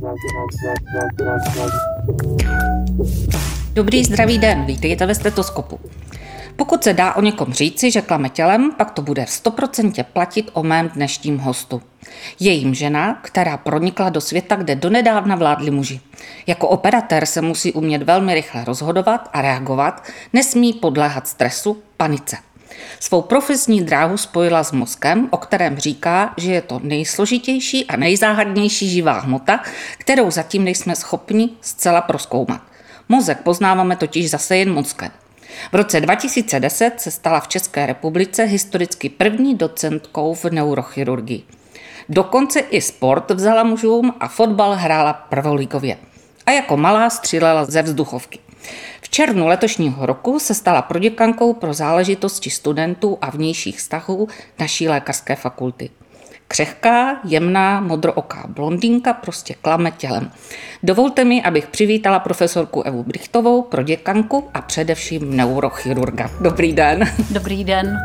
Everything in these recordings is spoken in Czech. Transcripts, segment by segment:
Dobrý zdravý den, vítejte ve Stetoskopu. Pokud se dá o někom říci, že klame tělem, pak to bude 100% platit o mém dnešním hostu. Je jim žena, která pronikla do světa, kde donedávna vládli muži. Jako operatér se musí umět velmi rychle rozhodovat a reagovat, nesmí podléhat stresu, panice. Svou profesní dráhu spojila s mozkem, o kterém říká, že je to nejsložitější a nejzáhadnější živá hmota, kterou zatím nejsme schopni zcela prozkoumat. Mozek poznáváme totiž zase jen mozkem. V roce 2010 se stala v České republice historicky první docentkou v neurochirurgii. Dokonce i sport vzala mužům a fotbal hrála prvoligově. A jako malá střílela ze vzduchovky. V červnu letošního roku se stala proděkankou pro záležitosti studentů a vnějších vztahů naší lékařské fakulty. Křehká, jemná, modrooká blondýnka prostě klame tělem. Dovolte mi, abych přivítala profesorku Evu Brychtovou, proděkanku a především neurochirurga. Dobrý den. Dobrý den.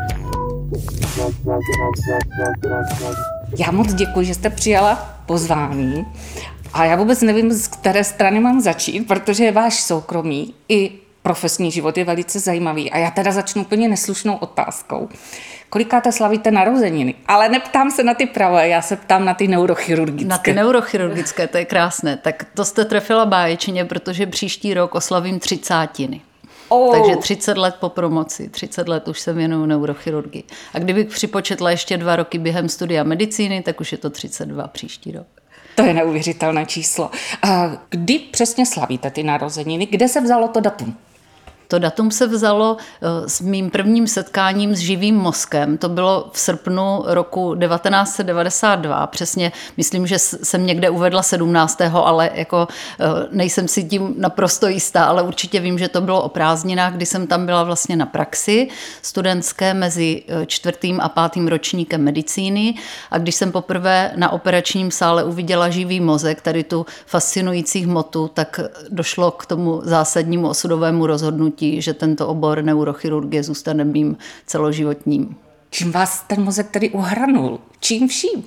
Já moc děkuji, že jste přijala pozvání. A já vůbec nevím, z které strany mám začít, protože váš soukromý i profesní život je velice zajímavý. A já teda začnu úplně neslušnou otázkou. Kolikáte slavíte narozeniny? Ale neptám se na ty pravé, já se ptám na ty neurochirurgické. Na ty neurochirurgické, to je krásné. Tak to jste trefila báječně, protože příští rok oslavím 30. Takže 30 let po promoci, 30 let už se věnuju neurochirurgii. A kdybych připočetla ještě 2 roky během studia medicíny, tak už je to 32 příští rok. To je neuvěřitelné číslo. A kdy přesně slavíte ty narozeniny? Kde se vzalo to datum? To datum se vzalo s mým prvním setkáním s živým mozkem. To bylo v srpnu roku 1992. Přesně myslím, že jsem někde uvedla 17., ale jako nejsem si tím naprosto jistá, ale určitě vím, že to bylo o prázdninách, kdy jsem tam byla vlastně na praxi studentské mezi 4. a 5. ročníkem medicíny. A když jsem poprvé na operačním sále uviděla živý mozek, tady tu fascinující hmotu, tak došlo k tomu zásadnímu osudovému rozhodnutí, že tento obor neurochirurgie zůstane mým celoživotním. Čím vás ten mozek tedy uhranul? Čím vším?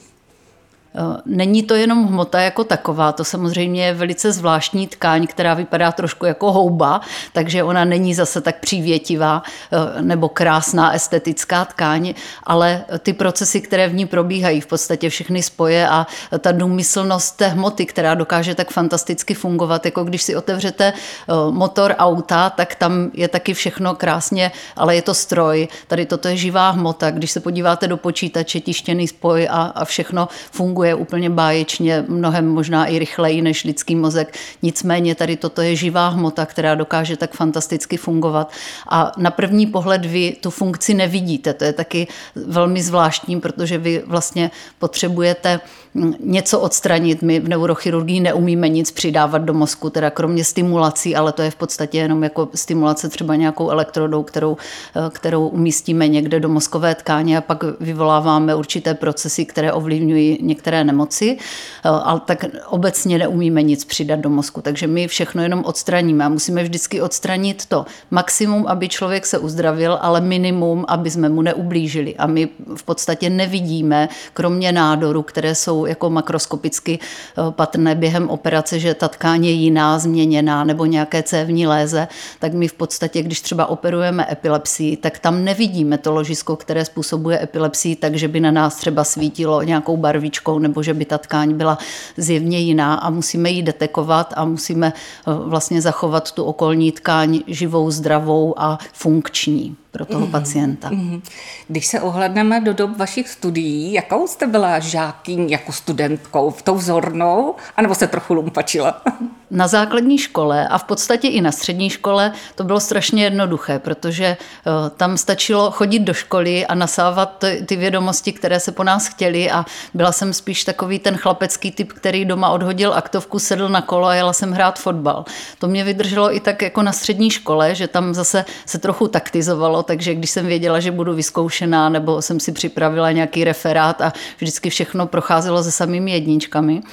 Není to jenom hmota jako taková, to samozřejmě je velice zvláštní tkáň, která vypadá trošku jako houba, takže ona není zase tak přívětivá nebo krásná estetická tkáň, ale ty procesy, které v ní probíhají, v podstatě všechny spoje a ta důmyslnost té hmoty, která dokáže tak fantasticky fungovat, jako když si otevřete motor auta, tak tam je taky všechno krásně, ale je to stroj, tady toto je živá hmota, když se podíváte do počítače, tištěný spoj a všechno funguje úplně báječně, mnohem možná i rychleji než lidský mozek. Nicméně tady toto je živá hmota, která dokáže tak fantasticky fungovat. A na první pohled vy tu funkci nevidíte. To je taky velmi zvláštní, protože vy vlastně potřebujete něco odstranit. My v neurochirurgii neumíme nic přidávat do mozku, teda kromě stimulací, ale to je v podstatě jenom jako stimulace třeba nějakou elektrodou, kterou umístíme někde do mozkové tkáně a pak vyvoláváme určité procesy, které ovlivňují některé nemoci, ale tak obecně neumíme nic přidat do mozku, takže my všechno jenom odstraníme a musíme vždycky odstranit to maximum, aby člověk se uzdravil, ale minimum, aby jsme mu neublížili a my v podstatě nevidíme, kromě nádoru, které jsou jako makroskopicky patrné během operace, že ta tkáň je jiná, změněná nebo nějaké cévní léze, tak my v podstatě, když třeba operujeme epilepsii, tak tam nevidíme to ložisko, které způsobuje epilepsii, takže by na nás třeba svítilo nějakou barvičkou nebo že by ta tkáň byla zjevně jiná a musíme ji detekovat a musíme vlastně zachovat tu okolní tkáň živou, zdravou a funkční pro toho pacienta. Když se ohlédneme do dob vašich studií, jakou jste byla žákyní jako studentkou? V tou vzornou? Anebo se trochu lumpačila? Na základní škole a v podstatě i na střední škole to bylo strašně jednoduché, protože tam stačilo chodit do školy a nasávat ty vědomosti, které se po nás chtěly a byla jsem spíš takový ten chlapecký typ, který doma odhodil aktovku, sedl na kolo a jela jsem hrát fotbal. To mě vydrželo i tak jako na střední škole, že tam zase se trochu taktizovalo, takže když jsem věděla, že budu vyzkoušená nebo jsem si připravila nějaký referát a vždycky všechno procházelo se samými jedničkami.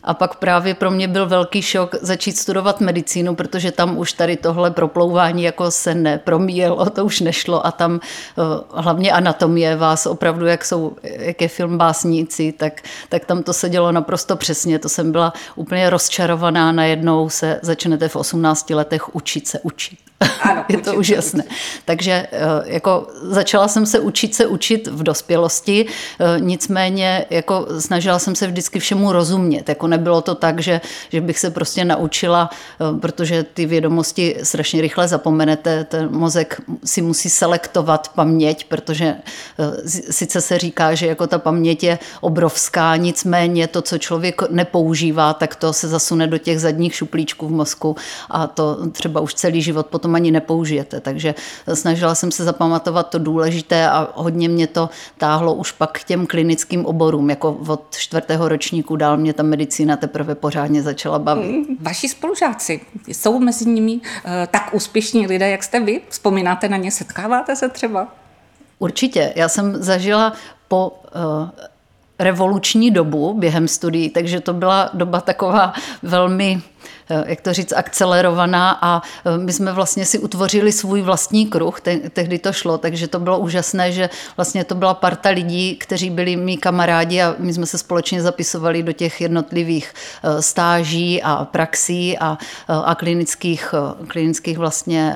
A pak právě pro mě byl velký šok začít studovat medicínu, protože tam už tady tohle proplouvání jako se nepromíjelo, to už nešlo a tam hlavně anatomie vás opravdu, jak je film Básníci, tak tam to se dělo naprosto přesně. To jsem byla úplně rozčarovaná, najednou se začnete v 18 letech učit se učit. Ano, je to úžasné. Takže jako začala jsem se učit v dospělosti, nicméně jako snažila jsem se vždycky všemu rozumět. Jako nebylo to tak, že bych se prostě naučila, protože ty vědomosti strašně rychle zapomenete, ten mozek si musí selektovat paměť, protože sice se říká, že jako ta paměť je obrovská, nicméně to, co člověk nepoužívá, tak to se zasune do těch zadních šuplíčků v mozku a to třeba už celý život potom ani nepoužijete. Takže snažila jsem se zapamatovat to důležité a hodně mě to táhlo už pak k těm klinickým oborům. Jako od 4. ročníku dál mě ta medicína teprve pořádně začala bavit. Vaši spolužáci, jsou mezi nimi tak úspěšní lidé, jak jste vy? Vzpomínáte na ně, setkáváte se třeba? Určitě. Já jsem zažila po revoluční dobu během studií, takže to byla doba taková velmi, jak to říct, akcelerovaná a my jsme vlastně si utvořili svůj vlastní kruh, tehdy to šlo, takže to bylo úžasné, že vlastně to byla parta lidí, kteří byli mý kamarádi a my jsme se společně zapisovali do těch jednotlivých stáží a praxí a klinických vlastně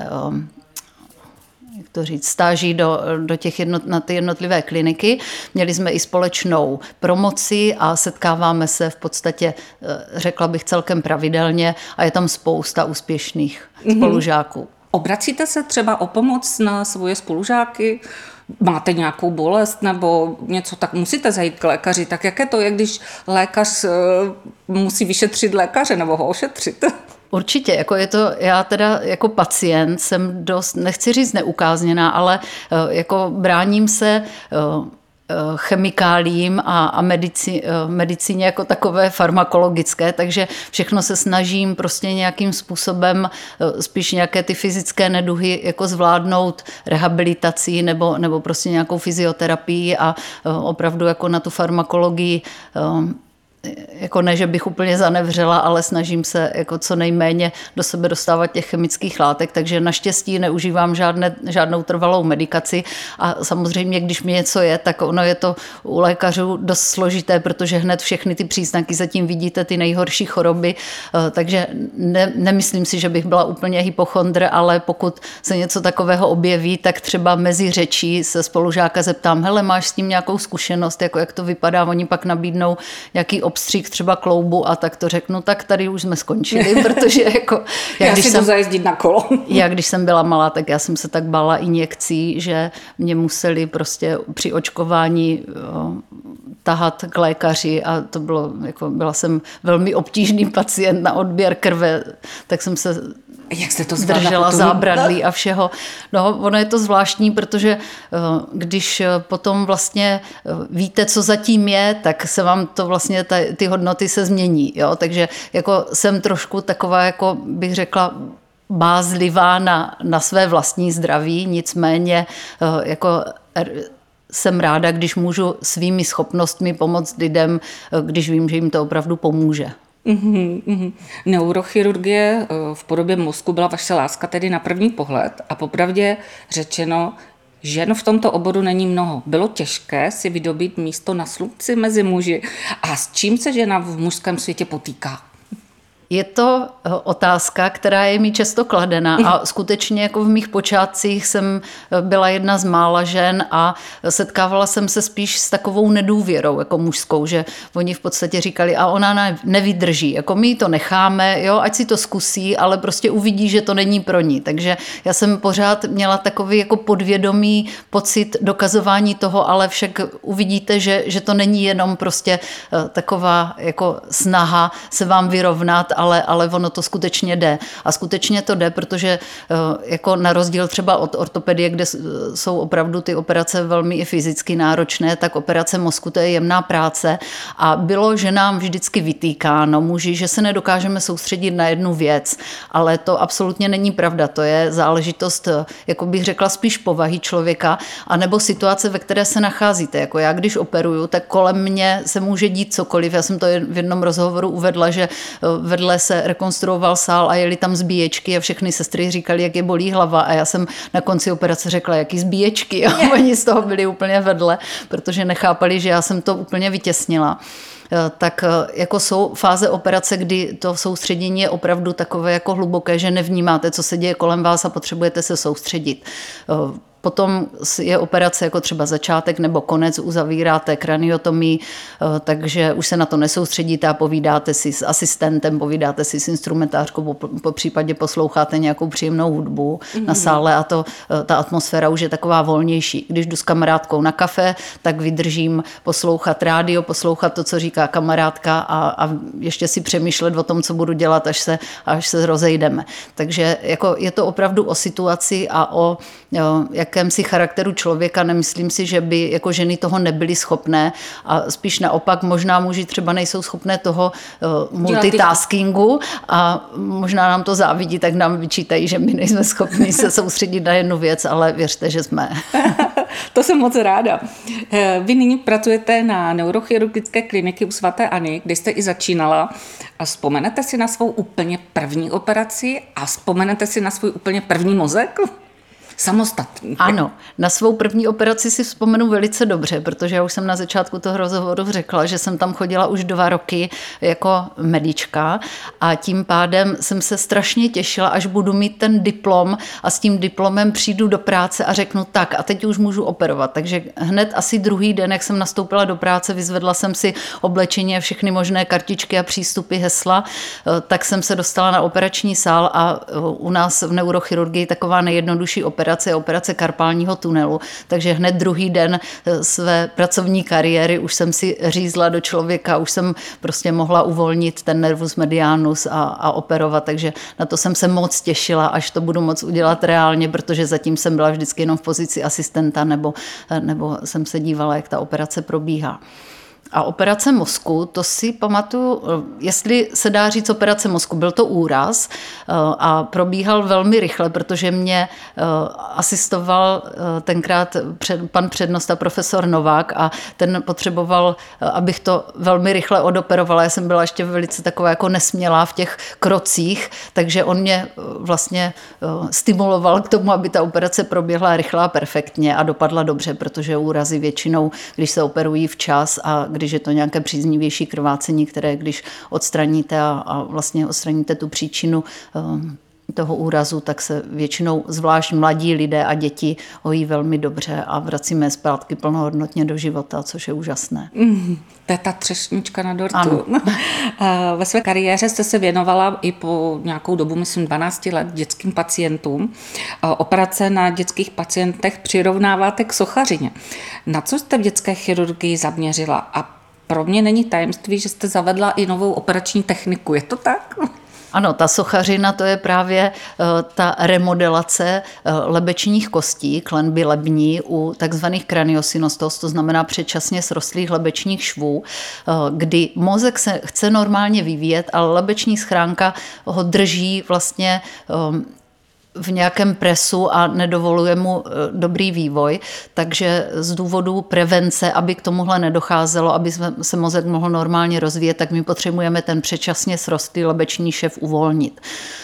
jak to říct, stáží do těch na ty jednotlivé kliniky. Měli jsme i společnou promoci a setkáváme se v podstatě, řekla bych, celkem pravidelně a je tam spousta úspěšných spolužáků. Obracíte se třeba o pomoc na svoje spolužáky? Máte nějakou bolest nebo něco, tak musíte zajít k lékaři. Tak jaké to je, když lékař musí vyšetřit lékaře nebo ho ošetřit? Určitě, jako je to, já teda jako pacient jsem dost, nechci říct neukázněná, ale jako bráním se chemikálím a medicíně jako takové farmakologické, takže všechno se snažím prostě nějakým způsobem spíš nějaké ty fyzické neduhy jako zvládnout rehabilitací nebo prostě nějakou fyzioterapii a opravdu jako na tu farmakologii jako ne, že bych úplně zanevřela, ale snažím se jako co nejméně do sebe dostávat těch chemických látek, takže naštěstí neužívám žádnou trvalou medikaci a samozřejmě, když mi něco je, tak ono je to u lékařů dost složité, protože hned všechny ty příznaky zatím vidíte, ty nejhorší choroby, takže nemyslím si, že bych byla úplně hypochondr, ale pokud se něco takového objeví, tak třeba mezi řečí se spolužáka zeptám, hele, máš s tím nějakou zkušenost, jako jak to vypadá, oni pak nabídnou nějaký obstřík třeba kloubu a tak to řeknu, tak tady už jsme skončili, protože jako... Já si jdu zajezdit na kolo. Já když jsem byla malá, tak já jsem se tak bála injekcí, že mě museli prostě při očkování tahat k lékaři a to bylo, jako byla jsem velmi obtížný pacient na odběr krve, tak jsem se jak jste to držela zábradlí a všeho. No, ono je to zvláštní, protože když potom vlastně víte, co zatím je, tak se vám to vlastně ty hodnoty se změní. Jo? Takže jako jsem trošku taková, jako bych řekla, bázlivá na své vlastní zdraví, nicméně jako jsem ráda, když můžu svými schopnostmi pomoct lidem, když vím, že jim to opravdu pomůže. Neurochirurgie v podobě mozku byla vaše láska tedy na první pohled a popravdě řečeno, žen v tomto oboru není mnoho. Bylo těžké si vydobít místo na slunci mezi muži a s čím se žena v mužském světě potýká? Je to otázka, která je mi často kladena a skutečně jako v mých počátcích jsem byla jedna z mála žen a setkávala jsem se spíš s takovou nedůvěrou jako mužskou, že oni v podstatě říkali, a ona nevydrží, jako my to necháme, jo, ať si to zkusí, ale prostě uvidí, že to není pro ní. Takže já jsem pořád měla takový jako podvědomý pocit dokazování toho, ale však uvidíte, že to není jenom prostě taková jako snaha se vám vyrovnat, ale ono to skutečně jde. A skutečně to jde, protože jako na rozdíl třeba od ortopedie, kde jsou opravdu ty operace velmi i fyzicky náročné, tak operace mozku to je jemná práce a bylo ženám vždycky vytýkáno muži, že se nedokážeme soustředit na jednu věc, ale to absolutně není pravda. To je záležitost, jako bych řekla, spíš povahy člověka, anebo situace, ve které se nacházíte. Jako já, když operuju, tak kolem mě se může dít cokoliv. Já jsem to v jednom rozhovoru uvedla, že vedle se rekonstruoval sál a jeli tam zbíječky a všechny sestry říkali, jak je bolí hlava a já jsem na konci operace řekla, jaký zbíječky a oni z toho byli úplně vedle, protože nechápali, že já jsem to úplně vytěsnila. Tak jako jsou fáze operace, kdy to soustředění je opravdu takové jako hluboké, že nevnímáte, co se děje kolem vás a potřebujete se soustředit. Potom je operace jako třeba začátek nebo konec, uzavíráte kraniotomii, takže už se na to nesoustředíte a povídáte si s asistentem, povídáte si s instrumentářkou, po případě posloucháte nějakou příjemnou hudbu na sále a ta atmosféra už je taková volnější. Když jdu s kamarádkou na kafe, tak vydržím poslouchat rádio, poslouchat to, co říká kamarádka a ještě si přemýšlet o tom, co budu dělat, až se rozejdeme. Takže jako je to opravdu o situaci a o jakémsi charakteru člověka. Nemyslím si, že by jako ženy toho nebyly schopné a spíš naopak možná muži třeba nejsou schopné toho multitaskingu a možná nám to závidí, tak nám vyčítají, že my nejsme schopni se soustředit na jednu věc, ale věřte, že jsme. To jsem moc ráda. Vy nyní pracujete na neurochirurgické kliniky u svaté Anny, kde jste i začínala. A vzpomenete si na svou úplně první operaci a vzpomenete si na svůj úplně první mozek? Samostatný. Ano, na svou první operaci si vzpomenu velice dobře, protože já už jsem na začátku toho rozhovoru řekla, že jsem tam chodila už 2 roky jako medička a tím pádem jsem se strašně těšila, až budu mít ten diplom a s tím diplomem přijdu do práce a řeknu tak a teď už můžu operovat. Takže hned asi druhý den, jak jsem nastoupila do práce, vyzvedla jsem si oblečení a všechny možné kartičky a přístupy, hesla, tak jsem se dostala na operační sál a u nás v neurochirurgii taková nejjednodušší operace je operace karpálního tunelu, takže hned druhý den své pracovní kariéry už jsem si řízla do člověka, už jsem prostě mohla uvolnit ten nervus medianus a operovat, takže na to jsem se moc těšila, až to budu moct udělat reálně, protože zatím jsem byla vždycky jenom v pozici asistenta nebo jsem se dívala, jak ta operace probíhá. A operace mozku, to si pamatuju, jestli se dá říct operace mozku, byl to úraz a probíhal velmi rychle, protože mě asistoval tenkrát pan přednosta profesor Novák a ten potřeboval, abych to velmi rychle odoperovala. Já jsem byla ještě velice taková jako nesmělá v těch krocích, takže on mě vlastně stimuloval k tomu, aby ta operace proběhla rychle a perfektně a dopadla dobře, protože úrazy většinou, když se operují včas a když je to nějaké příznivější krvácení, které když odstraníte a vlastně odstraníte tu příčinu toho úrazu, tak se většinou zvlášť mladí lidé a děti hojí velmi dobře a vracíme zpátky plnohodnotně do života, což je úžasné. To je ta třešnička na dortu. Ve své kariéře jste se věnovala i po nějakou dobu, myslím 12 let, dětským pacientům. Operace na dětských pacientech přirovnáváte k sochařině. Na co jste v dětské chirurgii zaměřila? A pro mě není tajemství, že jste zavedla i novou operační techniku. Je to tak? Ano, ta sochařina, to je právě ta remodelace lebečních kostí, klenby lební u takzvaných kraniosynostos, to znamená předčasně srostlých lebečních švů, kdy mozek se chce normálně vyvíjet, ale lebeční schránka ho drží vlastně v nějakém presu a nedovoluje mu dobrý vývoj, takže z důvodu prevence, aby k tomuhle nedocházelo, aby se mozek mohl normálně rozvíjet, tak my potřebujeme ten předčasně srostlý lebeční šev uvolnit.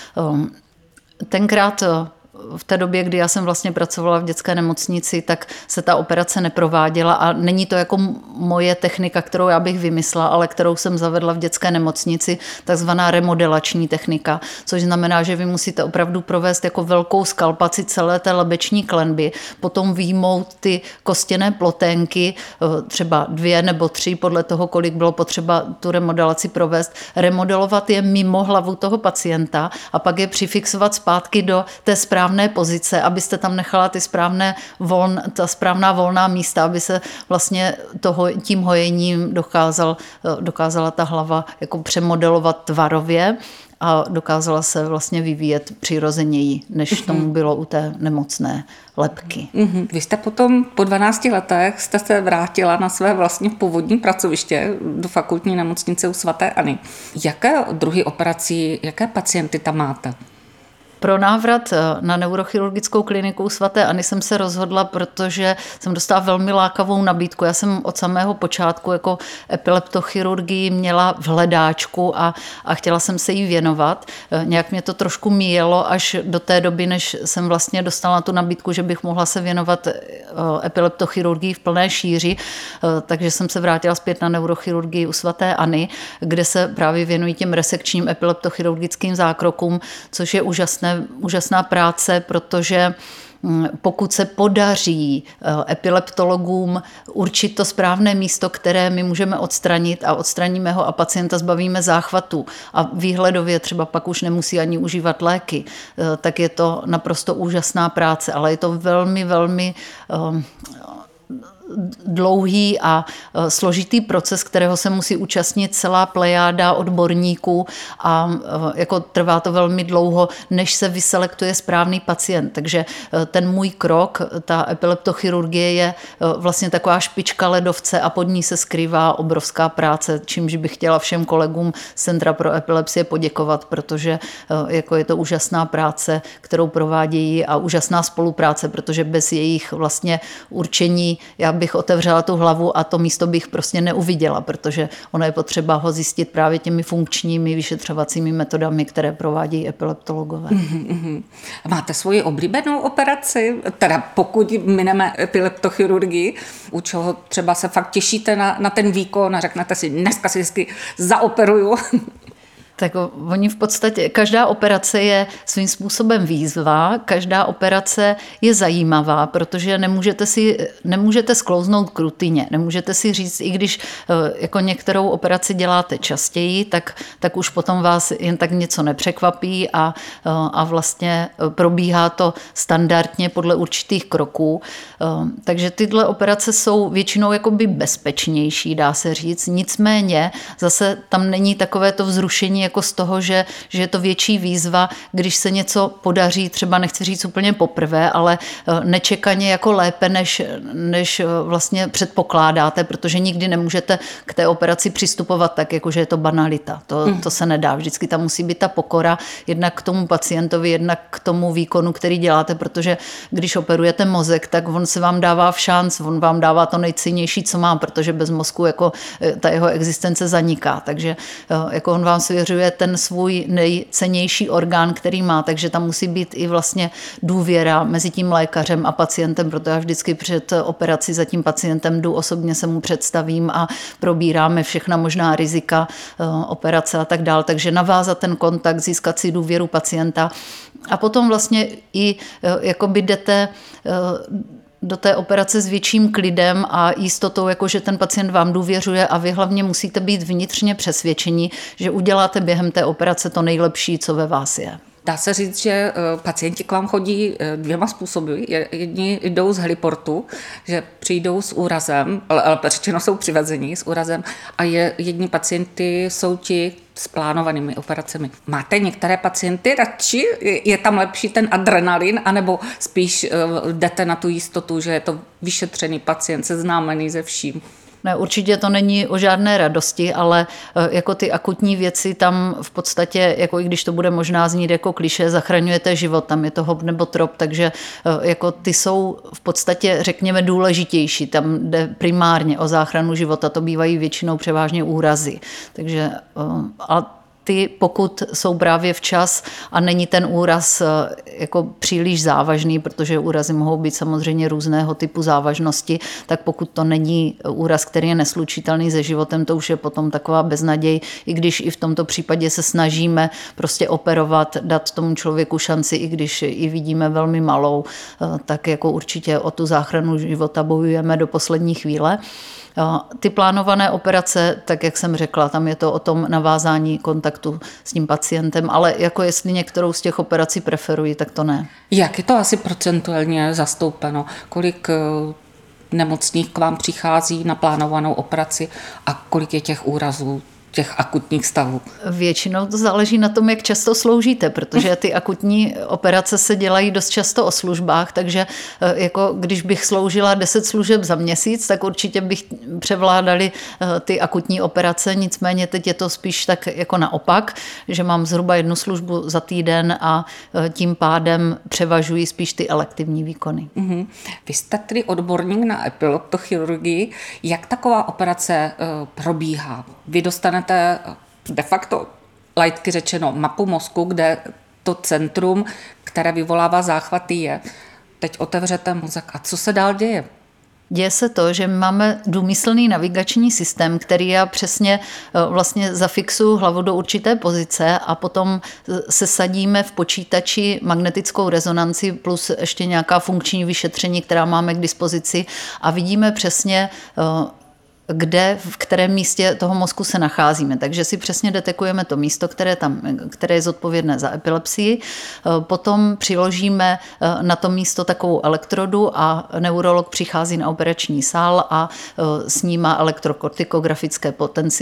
Tenkrát v té době, kdy já jsem vlastně pracovala v dětské nemocnici, tak se ta operace neprováděla a není to jako moje technika, kterou já bych vymyslela, ale kterou jsem zavedla v dětské nemocnici, takzvaná remodelační technika, což znamená, že vy musíte opravdu provést jako velkou skalpaci celé té lebeční klenby, potom vyjmout ty kostěné ploténky, třeba 2 nebo 3, podle toho, kolik bylo potřeba tu remodelaci provést, remodelovat je mimo hlavu toho pacienta a pak je přifixovat zpátky do té správné správné pozice, abyste tam nechala ta správná volná místa, aby se vlastně tím hojením dokázala ta hlava jako přemodelovat tvarově a dokázala se vlastně vyvíjet přirozeněji, než tomu bylo u té nemocné lebky. Vy jste potom po 12 letech jste se vrátila na své vlastně původní pracoviště do fakultní nemocnice u svaté Anny. Jaké druhy operací, jaké pacienty tam máte? Pro návrat na neurochirurgickou kliniku svaté Anny jsem se rozhodla, protože jsem dostala velmi lákavou nabídku. Já jsem od samého počátku jako epileptochirurgii měla v hledáčku a chtěla jsem se jí věnovat. Nějak mě to trošku míjelo až do té doby, než jsem vlastně dostala tu nabídku, že bych mohla se věnovat epileptochirurgii v plné šíři. Takže jsem se vrátila zpět na neurochirurgii u svaté Anny, kde se právě věnují těm resekčním epileptochirurgickým zákrokům, což je úžasná práce, protože pokud se podaří epileptologům určit to správné místo, které my můžeme odstranit a odstraníme ho a pacienta zbavíme záchvatu a výhledově třeba pak už nemusí ani užívat léky, tak je to naprosto úžasná práce, ale je to velmi, velmi dlouhý a složitý proces, kterého se musí účastnit celá plejáda odborníků a jako trvá to velmi dlouho, než se vyselektuje správný pacient. Takže ten můj krok, ta epileptochirurgie je vlastně taková špička ledovce a pod ní se skrývá obrovská práce, čímž bych chtěla všem kolegům z Centra pro epilepsie poděkovat, protože jako je to úžasná práce, kterou provádějí a úžasná spolupráce, protože bez jejich vlastně určení já bych otevřela tu hlavu a to místo bych prostě neuviděla, protože ono je potřeba ho zjistit právě těmi funkčními vyšetřovacími metodami, které provádějí epileptologové. Máte svoji oblíbenou operaci? Teda pokud mineme epileptochirurgii, u čeho třeba se fakt těšíte na ten výkon a řeknete si, dneska si vždycky zaoperuju. Tak oni v podstatě, každá operace je svým způsobem výzva, každá operace je zajímavá, protože nemůžete sklouznout k rutině, nemůžete si říct, i když jako některou operaci děláte častěji, tak už potom vás jen tak něco nepřekvapí a vlastně probíhá to standardně podle určitých kroků. Takže tyhle operace jsou většinou jakoby bezpečnější, dá se říct, nicméně zase tam není takové to vzrušení jako z toho, že je to větší výzva, když se něco podaří, třeba nechci říct úplně poprvé, ale nečekaně jako lépe, než vlastně předpokládáte, protože nikdy nemůžete k té operaci přistupovat tak, jako že je to banalita. To se nedá. Vždycky tam musí být ta pokora jednak k tomu pacientovi, jednak k tomu výkonu, který děláte, protože když operujete mozek, tak on se vám dává v šanc, on vám dává to nejcennější, co má, protože bez mozku jako ta jeho existence zaniká. Takže jako on vám svěřuje ten svůj nejcennější orgán, který má, takže tam musí být i vlastně důvěra mezi tím lékařem a pacientem, proto já vždycky před operací za tím pacientem jdu, osobně se mu představím a probíráme všechna možná rizika operace a tak dál, takže navázat ten kontakt, získat si důvěru pacienta a potom vlastně i jakoby jdete do té operace s větším klidem a jistotou, jako že ten pacient vám důvěřuje a vy hlavně musíte být vnitřně přesvědčení, že uděláte během té operace to nejlepší, co ve vás je. Dá se říct, že pacienti k vám chodí dvěma způsoby. Jedni jdou z heliportu, že přijdou s úrazem, ale řečeno jsou přivezení s úrazem a jedni pacienti jsou ti s plánovanými operacemi. Máte některé pacienty radši? Je tam lepší ten adrenalin, anebo spíš jdete na tu jistotu, že je to vyšetřený pacient, seznámený se vším? Ne, určitě to není o žádné radosti, ale jako ty akutní věci tam v podstatě, jako i když to bude možná znít jako klišé, zachraňujete život, tam je to hop nebo trop, takže jako ty jsou v podstatě, řekněme, důležitější, tam jde primárně o záchranu života, to bývají většinou převážně úrazy, takže ty, pokud jsou právě včas a není ten úraz jako příliš závažný, protože úrazy mohou být samozřejmě různého typu závažnosti, tak pokud to není úraz, který je neslučitelný se životem, to už je potom taková beznaděj, i když i v tomto případě se snažíme prostě operovat, dát tomu člověku šanci, i když i vidíme velmi malou, tak jako určitě o tu záchranu života bojujeme do poslední chvíle. Ty plánované operace, tak jak jsem řekla, tam je to o tom navázání kontaktu kontaktu s tím pacientem, ale jako jestli některou z těch operací preferuji, tak to ne. Jak je to asi procentuálně zastoupeno? Kolik nemocných k vám přichází na plánovanou operaci a kolik je těch úrazů, těch akutních stavů? Většinou to záleží na tom, jak často sloužíte, protože ty akutní operace se dělají dost často o službách, takže jako když bych sloužila 10 služeb za měsíc, tak určitě bych převládaly ty akutní operace, nicméně teď je to spíš tak jako naopak, že mám zhruba 1 službu za týden a tím pádem převažují spíš ty elektivní výkony. Vy jste tedy odborník na epileptochirurgii. Jak taková operace probíhá? Vy dostanete de facto, laicky řečeno, mapu mozku, kde to centrum, které vyvolává záchvaty, je. Teď otevřete mozek a co se dál děje? Děje se to, že máme důmyslný navigační systém, který já přesně vlastně zafixuju hlavu do určité pozice a potom se sadíme v počítači magnetickou rezonanci plus ještě nějaká funkční vyšetření, která máme k dispozici a vidíme přesně, kde, v kterém místě toho mozku se nacházíme. Takže si přesně detekujeme to místo, které je zodpovědné za epilepsii. Potom přiložíme na to místo takovou elektrodu a neurolog přichází na operační sál a snímá elektrokortikografické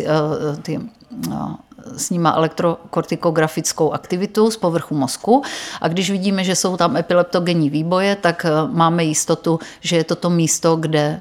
snímá elektrokortikografickou aktivitu z povrchu mozku a když vidíme, že jsou tam epileptogenní výboje, tak máme jistotu, že je to místo, kde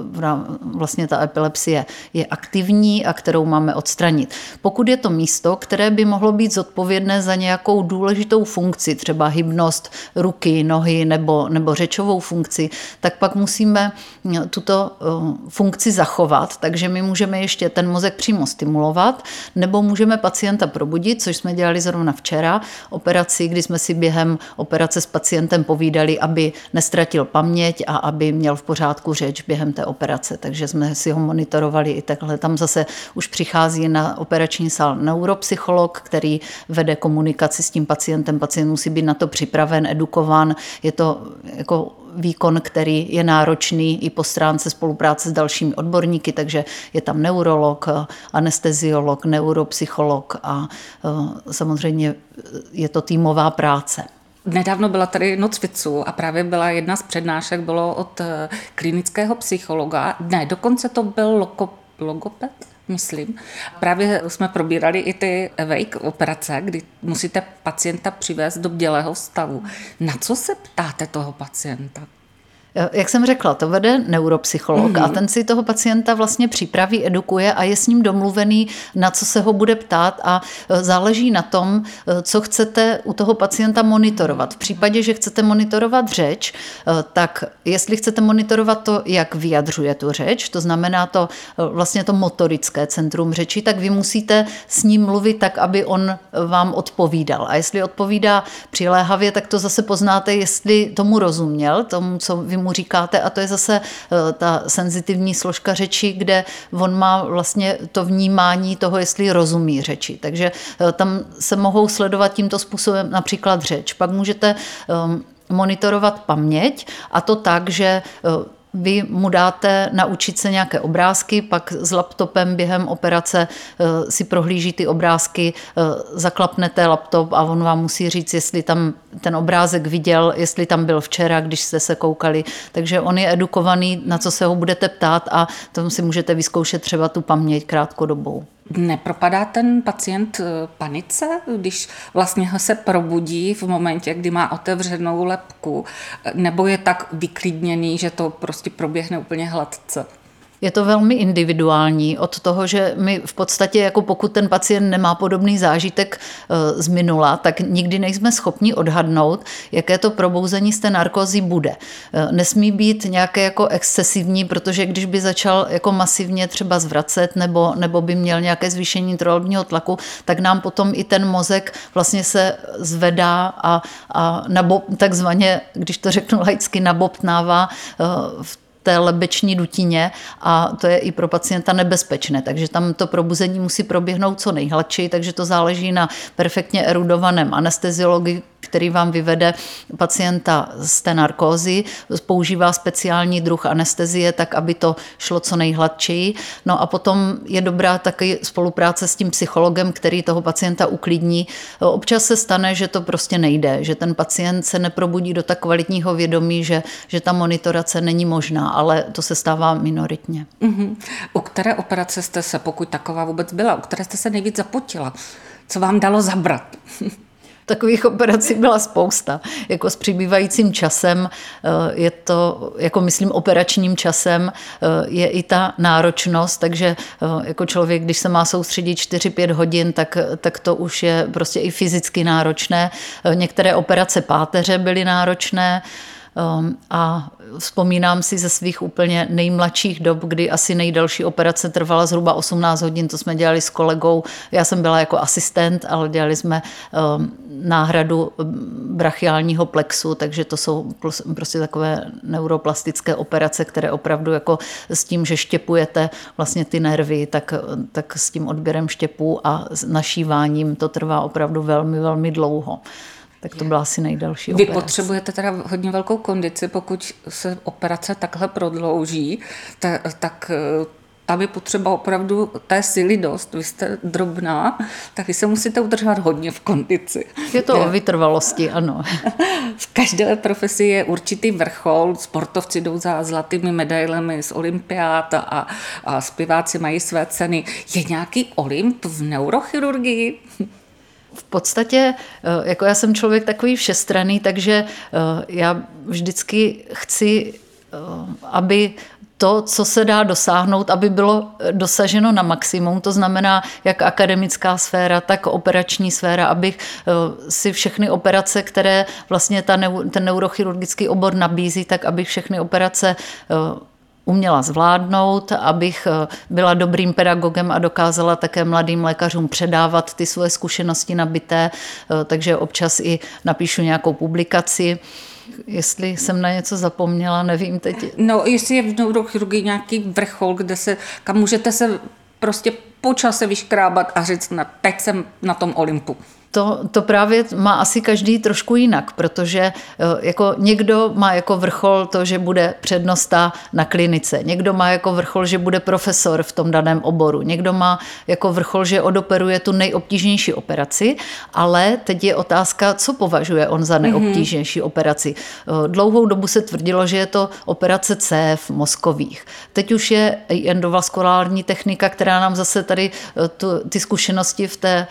vlastně ta epilepsie je aktivní a kterou máme odstranit. Pokud je to místo, které by mohlo být zodpovědné za nějakou důležitou funkci, třeba hybnost ruky, nohy nebo řečovou funkci, tak pak musíme tuto funkci zachovat, takže my můžeme ještě ten mozek přímo stimulovat, nebo můžeme pacienta probudit, což jsme dělali zrovna včera, operaci, kdy jsme si během operace s pacientem povídali, aby nestratil paměť a aby měl v pořádku řeč během té operace. Takže jsme si ho monitorovali i takhle. Tam zase už přichází na operační sál neuropsycholog, který vede komunikaci s tím pacientem. Pacient musí být na to připraven, edukován. Je to jako výkon, který je náročný i po stránce spolupráce s dalšími odborníky, takže je tam neurolog, anesteziolog, neuropsycholog a samozřejmě je to týmová práce. Nedávno byla tady Noc viců a právě byla jedna z přednášek, bylo od klinického psychologa, ne, dokonce to byl logoped, myslím. Právě jsme probírali i ty awake operace, kdy musíte pacienta přivést do bdělého stavu. Na co se ptáte toho pacienta? Jak jsem řekla, to vede neuropsycholog a ten si toho pacienta vlastně připraví, edukuje a je s ním domluvený, na co se ho bude ptát a záleží na tom, co chcete u toho pacienta monitorovat. V případě, že chcete monitorovat řeč, tak jestli chcete monitorovat to, jak vyjadřuje tu řeč, to znamená to vlastně to motorické centrum řeči, tak vy musíte s ním mluvit tak, aby on vám odpovídal. A jestli odpovídá přiléhavě, tak to zase poznáte, jestli tomu rozuměl, tomu, co vy mu říkáte, a to je zase ta senzitivní složka řeči, kde on má vlastně to vnímání toho, jestli rozumí řeči. Takže tam se mohou sledovat tímto způsobem například řeč. Pak můžete monitorovat paměť a to tak, že vy mu dáte naučit se nějaké obrázky, pak s laptopem během operace si prohlíží ty obrázky, zaklapnete laptop a on vám musí říct, jestli tam ten obrázek viděl, jestli tam byl včera, když jste se koukali. Takže on je edukovaný, na co se ho budete ptát a tom si můžete vyzkoušet třeba tu paměť krátkodobou. Nepropadá ten pacient panice, když vlastně se probudí v momentě, kdy má otevřenou lebku, nebo je tak vyklidněný, že to prostě proběhne úplně hladce? Je to velmi individuální od toho, že my v podstatě, jako pokud ten pacient nemá podobný zážitek z minula, tak nikdy nejsme schopni odhadnout, jaké to probouzení z té narkózy bude. Nesmí být nějaké jako excesivní, protože když by začal jako masivně třeba zvracet nebo by měl nějaké zvýšení intraorálního tlaku, tak nám potom i ten mozek vlastně se zvedá a takzvaně, když to řeknu laicky, nabobtnává v té lebeční dutině a to je i pro pacienta nebezpečné, takže tam to probuzení musí proběhnout co nejhladčeji, takže to záleží na perfektně erudovaném anesteziologi, který vám vyvede pacienta z té narkózy, používá speciální druh anestezie, tak aby to šlo co nejhladčeji. No a potom je dobrá taky spolupráce s tím psychologem, který toho pacienta uklidní. Občas se stane, že to prostě nejde, že ten pacient se neprobudí do tak kvalitního vědomí, že ta monitorace není možná, ale to se stává minoritně. U které operace jste se, pokud taková vůbec byla, u které jste se nejvíc zapotila? Co vám dalo zabrat? Takových operací byla spousta. Jako s přibývajícím časem je to, jako myslím operačním časem, je i ta náročnost, takže jako člověk, když se má soustředit 4-5 hodin, tak to už je prostě i fyzicky náročné. Některé operace páteře byly náročné, a vzpomínám si ze svých úplně nejmladších dob, kdy asi nejdelší operace trvala zhruba 18 hodin, to jsme dělali s kolegou. Já jsem byla jako asistent, ale dělali jsme náhradu brachiálního plexu, takže to jsou prostě takové neuroplastické operace, které opravdu jako s tím, že štěpujete vlastně ty nervy, tak s tím odběrem štěpů a našíváním to trvá opravdu velmi, velmi dlouho. Tak to byla asi nejdelší operace. Vy potřebujete teda hodně velkou kondici, pokud se operace takhle prodlouží, tak tam je potřeba opravdu té síly dost. Vy jste drobná, tak vy se musíte udržovat hodně v kondici. Je to o vytrvalosti, ano. V každé profesi je určitý vrchol, sportovci jdou za zlatými medailemi z olympiád a zpěváci mají své ceny. Je nějaký olymp v neurochirurgii? V podstatě, jako já jsem člověk takový všestranný, takže já vždycky chci, aby to, co se dá dosáhnout, aby bylo dosaženo na maximum, to znamená jak akademická sféra, tak operační sféra, abych si všechny operace, které vlastně ten neurochirurgický obor nabízí, tak abych všechny operace uměla zvládnout, abych byla dobrým pedagogem a dokázala také mladým lékařům předávat ty svoje zkušenosti nabité, takže občas i napíšu nějakou publikaci. Jestli jsem na něco zapomněla, nevím teď. No, jestli je v neurochirurgii nějaký vrchol, kam můžete se prostě po čase vyškrábat a říct, teď jsem na tom Olympu. To právě má asi každý trošku jinak, protože jako někdo má jako vrchol to, že bude přednosta na klinice, někdo má jako vrchol, že bude profesor v tom daném oboru, někdo má jako vrchol, že odoperuje tu nejobtížnější operaci, ale teď je otázka, co považuje on za nejobtížnější operaci. Dlouhou dobu se tvrdilo, že je to operace cév mozkových. Teď už je endovaskulární technika, která nám zase tady ty zkušenosti v té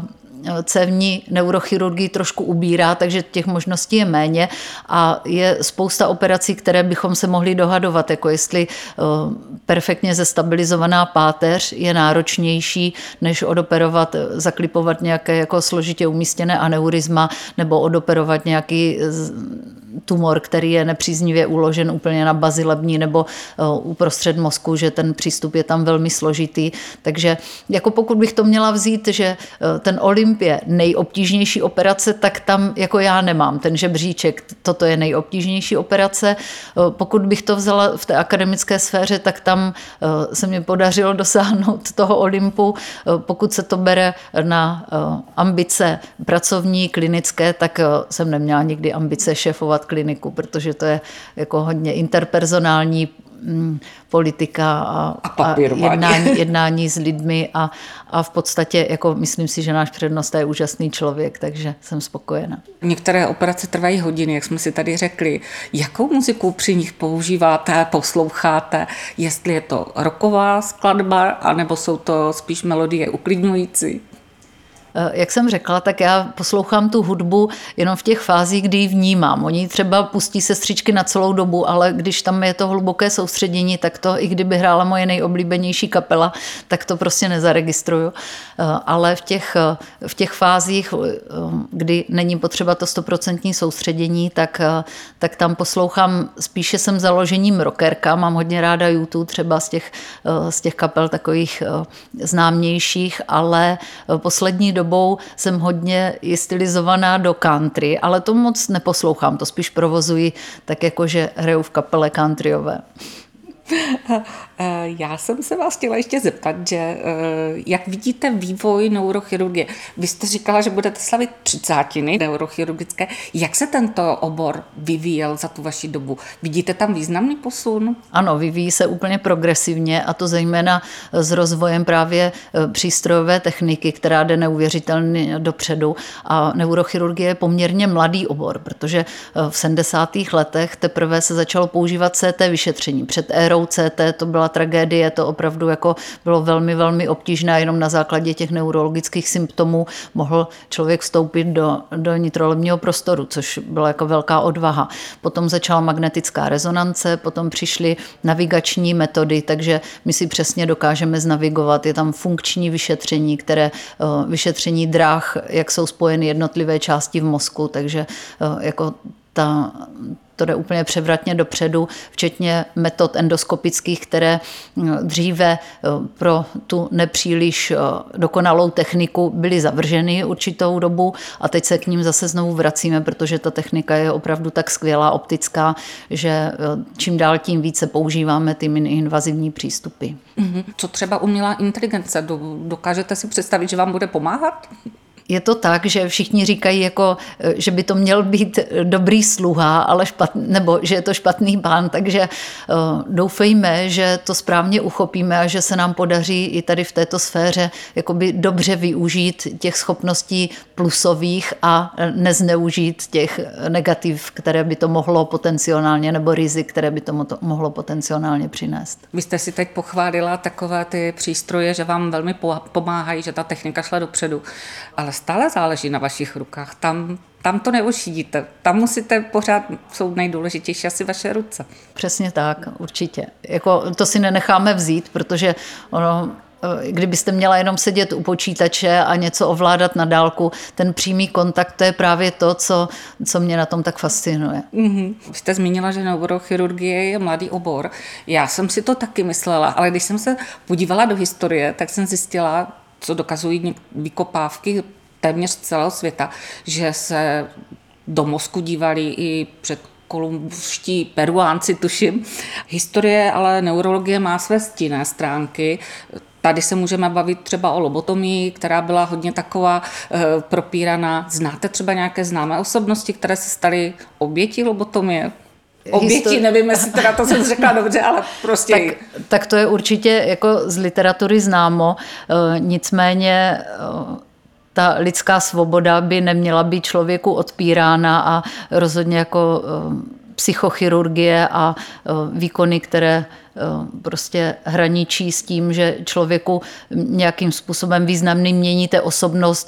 cévní neurochirurgii trošku ubírá, takže těch možností je méně a je spousta operací, které bychom se mohli dohadovat, jako jestli perfektně zestabilizovaná páteř je náročnější, než odoperovat, zaklipovat nějaké jako složitě umístěné aneurizma nebo odoperovat nějaký tumor, který je nepříznivě uložen úplně na bazi lební nebo uprostřed mozku, že ten přístup je tam velmi složitý. Takže jako pokud bych to měla vzít, že ten Olymp je nejobtížnější operace, tak tam jako já nemám ten žebříček, toto je nejobtížnější operace. Pokud bych to vzala v té akademické sféře, tak tam se mi podařilo dosáhnout toho Olympu. Pokud se to bere na ambice pracovní, klinické, tak jsem neměla nikdy ambice šéfovat kliniku, protože to je jako hodně interpersonální politika a jednání s lidmi a v podstatě jako myslím si, že náš přednosta je úžasný člověk, takže jsem spokojená. Některé operace trvají hodiny, jak jsme si tady řekli. Jakou muziku při nich používáte, posloucháte? Jestli je to rocková skladba, anebo jsou to spíš melodie uklidňující? Jak jsem řekla, tak já poslouchám tu hudbu jenom v těch fázích, kdy ji vnímám. Oni třeba pustí sestřičky na celou dobu, ale když tam je to hluboké soustředění, tak to, i kdyby hrála moje nejoblíbenější kapela, tak to prostě nezaregistruju. Ale v těch fázích, kdy není potřeba to 100% soustředění, tak tam poslouchám, spíše jsem založením rockerka, mám hodně ráda YouTube, třeba z těch kapel takových známějších, ale poslední dobou jsem hodně stylizovaná do country, ale to moc neposlouchám, to spíš provozuji tak jako, že hraju v kapele countryové. Já jsem se vás chtěla ještě zeptat, že jak vidíte vývoj neurochirurgie? Vy jste říkala, že budete slavit 30. neurochirurgické. Jak se tento obor vyvíjel za tu vaši dobu? Vidíte tam významný posun? Ano, vyvíjí se úplně progresivně a to zejména s rozvojem právě přístrojové techniky, která jde neuvěřitelně dopředu. A neurochirurgie je poměrně mladý obor, protože v 70. letech teprve se začalo používat CT vyšetření. Před érou CT to byla tragédie, to opravdu jako bylo velmi, velmi obtížné, jenom na základě těch neurologických symptomů mohl člověk vstoupit do nitrolebního prostoru, což byla jako velká odvaha. Potom začala magnetická rezonance, potom přišly navigační metody, takže my si přesně dokážeme znavigovat. Je tam funkční vyšetření, vyšetření dráh, jak jsou spojeny jednotlivé části v mozku, takže jako to jde úplně převratně dopředu, včetně metod endoskopických, které dříve pro tu nepříliš dokonalou techniku byly zavrženy určitou dobu a teď se k ním zase znovu vracíme, protože ta technika je opravdu tak skvělá, optická, že čím dál tím více používáme ty invazivní přístupy. Co třeba umělá inteligence? Dokážete si představit, že vám bude pomáhat? Je to tak, že všichni říkají, jako, že by to měl být dobrý sluha, ale nebo že je to špatný pán, takže doufejme, že to správně uchopíme a že se nám podaří i tady v této sféře jakoby dobře využít těch schopností plusových a nezneužít těch negativ, které by to mohlo potenciálně, nebo rizik, které by to mohlo potenciálně přinést. Vy jste si teď pochválila takové ty přístroje, že vám velmi pomáhají, že ta technika šla dopředu, ale stále záleží na vašich rukách. Tam to neušidíte. Tam musíte pořád, jsou nejdůležitější asi vaše ruce. Přesně tak, určitě. Jako, to si nenecháme vzít, protože kdybyste měla jenom sedět u počítače a něco ovládat na dálku, ten přímý kontakt, to je právě to, co mě na tom tak fascinuje. Vy jste zmínila, že neurochirurgie je mladý obor. Já jsem si to taky myslela, ale když jsem se podívala do historie, tak jsem zjistila, co dokazují vykopávky téměř z celého světa, že se do mozku dívali i před kolumbští Peruánci, tuším. Historie, ale neurologie má své stinné stránky. Tady se můžeme bavit třeba o lobotomii, která byla hodně taková propíraná. Znáte třeba nějaké známé osobnosti, které se staly obětí lobotomie? Oběti, nevím, jestli teda to jsem řekla dobře, ale prostě... Tak to je určitě jako z literatury známo, nicméně ta lidská svoboda by neměla být člověku odpírána a rozhodně jako psychochirurgie a výkony, které prostě hraničí s tím, že člověku nějakým způsobem významným měníte osobnost,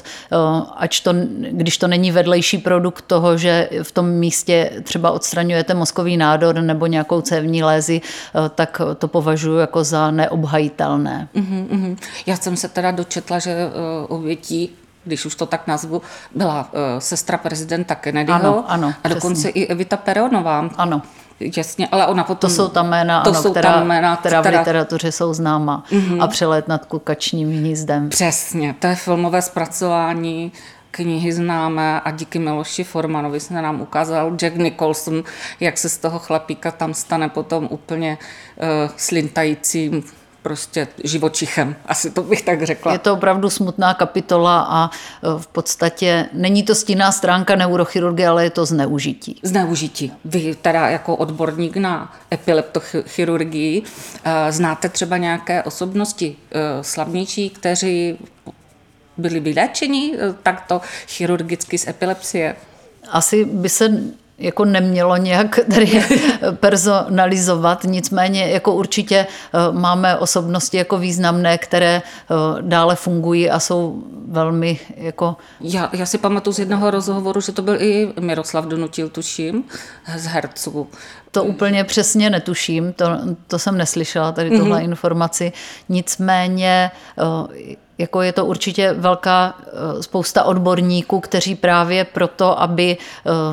když to není vedlejší produkt toho, že v tom místě třeba odstraňujete mozkový nádor nebo nějakou cévní lézi, tak to považuji jako za neobhajitelné. Já jsem se teda dočetla, že obětí, když už to tak nazvu, byla sestra prezidenta Kennedyho a dokonce i Evita Peronová. Ano. Jasně, ale ona potom... To jsou ta jména, která v literatuře jsou známa. A Přelet nad kukačním hnízdem. Přesně, to je filmové zpracování, knihy známé a díky Miloši Formanovi se nám ukázal Jack Nicholson, jak se z toho chlapíka tam stane potom úplně slintajícím prostě živočichem, asi to bych tak řekla. Je to opravdu smutná kapitola a v podstatě není to stinná stránka neurochirurgie, ale je to zneužití. Zneužití. Vy teda jako odborník na epileptochirurgii znáte třeba nějaké osobnosti slavnější, kteří byli vyléčeni takto chirurgicky z epilepsie? Asi by se jako nemělo nějak tady personalizovat, nicméně jako určitě máme osobnosti jako významné, které dále fungují a jsou velmi jako... Já si pamatuju z jednoho rozhovoru, že to byl i Miroslav Donutil, tuším, z herců. To úplně přesně netuším, to jsem neslyšela, tady tohle informaci, nicméně jako je to určitě velká spousta odborníků, kteří právě proto, aby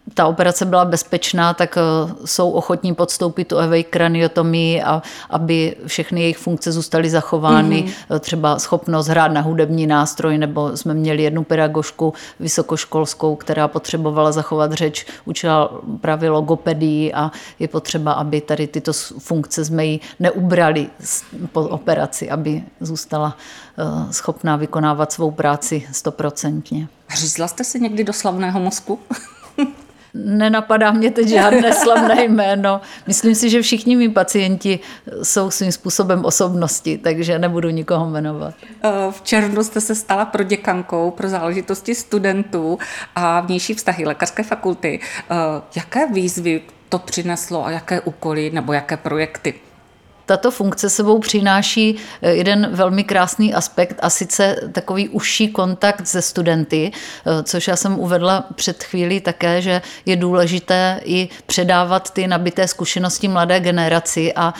ta operace byla bezpečná, tak jsou ochotní podstoupit tu awake kraniotomii, a aby všechny jejich funkce zůstaly zachovány. Třeba schopnost hrát na hudební nástroj, nebo jsme měli jednu pedagožku vysokoškolskou, která potřebovala zachovat řeč, učila právě logopedii a je potřeba, aby tady tyto funkce jsme jí neubrali po operaci, aby zůstala schopná vykonávat svou práci 100%. Řízla jste si někdy do slavného mozku? Nenapadá mě teď žádné slavné jméno. Myslím si, že všichni mý pacienti jsou svým způsobem osobnosti, takže nebudu nikoho jmenovat. V červnu jste se stala proděkankou pro záležitosti studentů a vnější vztahy lékařské fakulty. Jaké výzvy to přineslo a jaké úkoly nebo jaké projekty? Tato funkce sebou přináší jeden velmi krásný aspekt, a sice takový užší kontakt se studenty, což já jsem uvedla před chvílí také, že je důležité i předávat ty nabité zkušenosti mladé generaci, a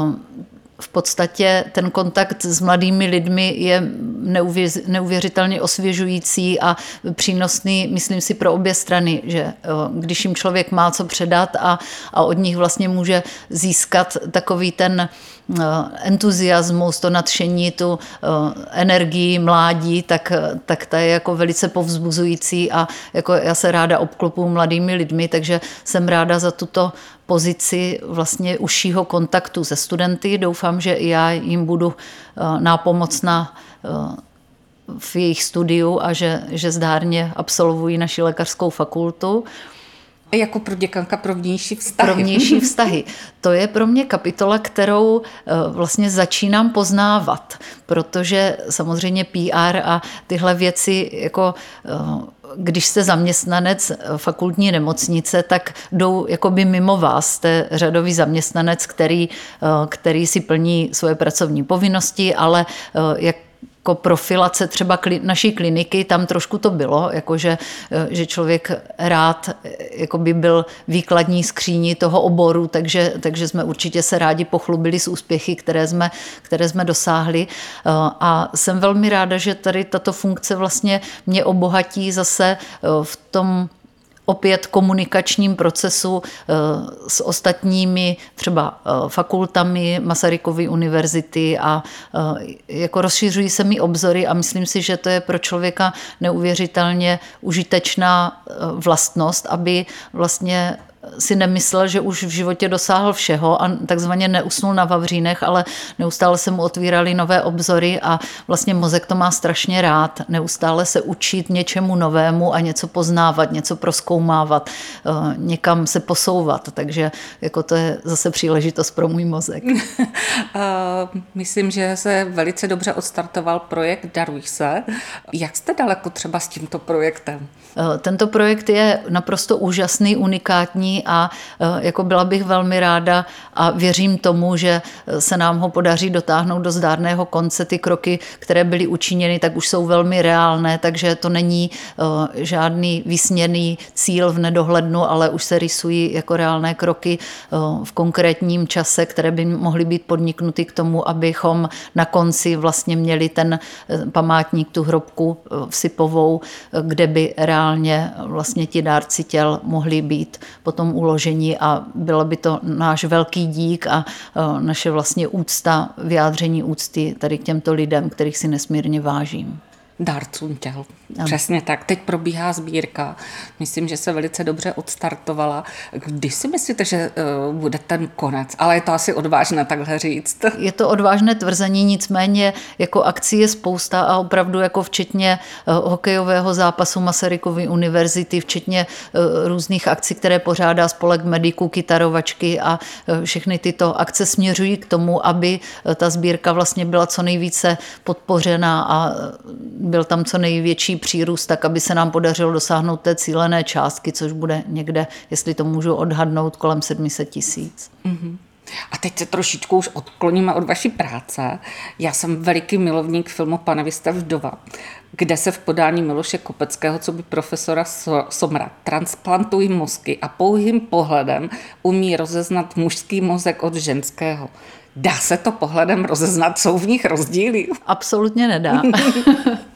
v podstatě ten kontakt s mladými lidmi je neuvěřitelně osvěžující a přínosný, myslím si, pro obě strany, že když jim člověk má co předat a od nich vlastně může získat takový ten entuziasmus, to nadšení, tu energii mládí, tak ta je jako velice povzbuzující, a jako já se ráda obklopuji mladými lidmi, takže jsem ráda za tuto pozici vlastně užšího kontaktu se studenty. Doufám, že i já jim budu nápomocna v jejich studiu a že zdárně absolvují naši lékařskou fakultu. Jako proděkanka pro vnější vztahy. Pro vnější vztahy. To je pro mě kapitola, kterou vlastně začínám poznávat, protože samozřejmě PR a tyhle věci, jako když jste zaměstnanec fakultní nemocnice, tak jdou jakoby mimo vás. Jste řadový zaměstnanec, který si plní svoje pracovní povinnosti, ale jako profilace třeba naší kliniky, tam trošku to bylo, jakože že člověk rád jakoby byl výkladní skříní toho oboru, takže jsme určitě se rádi pochlubili s úspěchy, které jsme dosáhli. A jsem velmi ráda, že tady tato funkce vlastně mě obohatí zase v tom opět komunikačním procesu s ostatními třeba fakultami Masarykovy univerzity, a jako rozšiřují se mi obzory a myslím si, že to je pro člověka neuvěřitelně užitečná vlastnost, aby vlastně si nemyslel, že už v životě dosáhl všeho a takzvaně neusnul na vavřínech, ale neustále se mu otvíraly nové obzory a vlastně mozek to má strašně rád. Neustále se učit něčemu novému a něco poznávat, něco prozkoumávat, někam se posouvat. Takže jako to je zase příležitost pro můj mozek. Myslím, že se velice dobře odstartoval projekt Daruj se. Jak jste daleko třeba s tímto projektem? Tento projekt je naprosto úžasný, unikátní a jako byla bych velmi ráda a věřím tomu, že se nám ho podaří dotáhnout do zdárného konce. Ty kroky, které byly učiněny, tak už jsou velmi reálné, takže to není žádný vysněný cíl v nedohlednu, ale už se rysují jako reálné kroky v konkrétním čase, které by mohly být podniknuty k tomu, abychom na konci vlastně měli ten památník, tu hrobku vsypovou, kde by reálně vlastně ti dárci těl mohli být potom uloženi a bylo by to náš velký dík a naše vlastně úcta, vyjádření úcty tady k těmto lidem, kterých si nesmírně vážím. Dárcům těl. Přesně tak. Teď probíhá sbírka. Myslím, že se velice dobře odstartovala. Kdy si myslíte, že bude ten konec? Ale je to asi odvážné takhle říct. Je to odvážné tvrzení, nicméně jako akcí je spousta a opravdu jako včetně hokejového zápasu Masarykovy univerzity, včetně různých akcí, které pořádá spolek mediků, kytarovačky a všechny tyto akce směřují k tomu, aby ta sbírka vlastně byla co nejvíce podpořena a byl tam co největší přírůst, tak aby se nám podařilo dosáhnout té cílené částky, což bude někde, jestli to můžu odhadnout, kolem 700 000. Mm-hmm. A teď se trošičku už odkloníme od vaší práce. Já jsem veliký milovník filmu Pane, vy jste vdova, kde se v podání Miloše Kopeckého, co by profesora Somra, transplantují mozky a pouhým pohledem umí rozeznat mužský mozek od ženského. Dá se to pohledem rozeznat? Jsou v nich rozdíly? Absolutně nedá.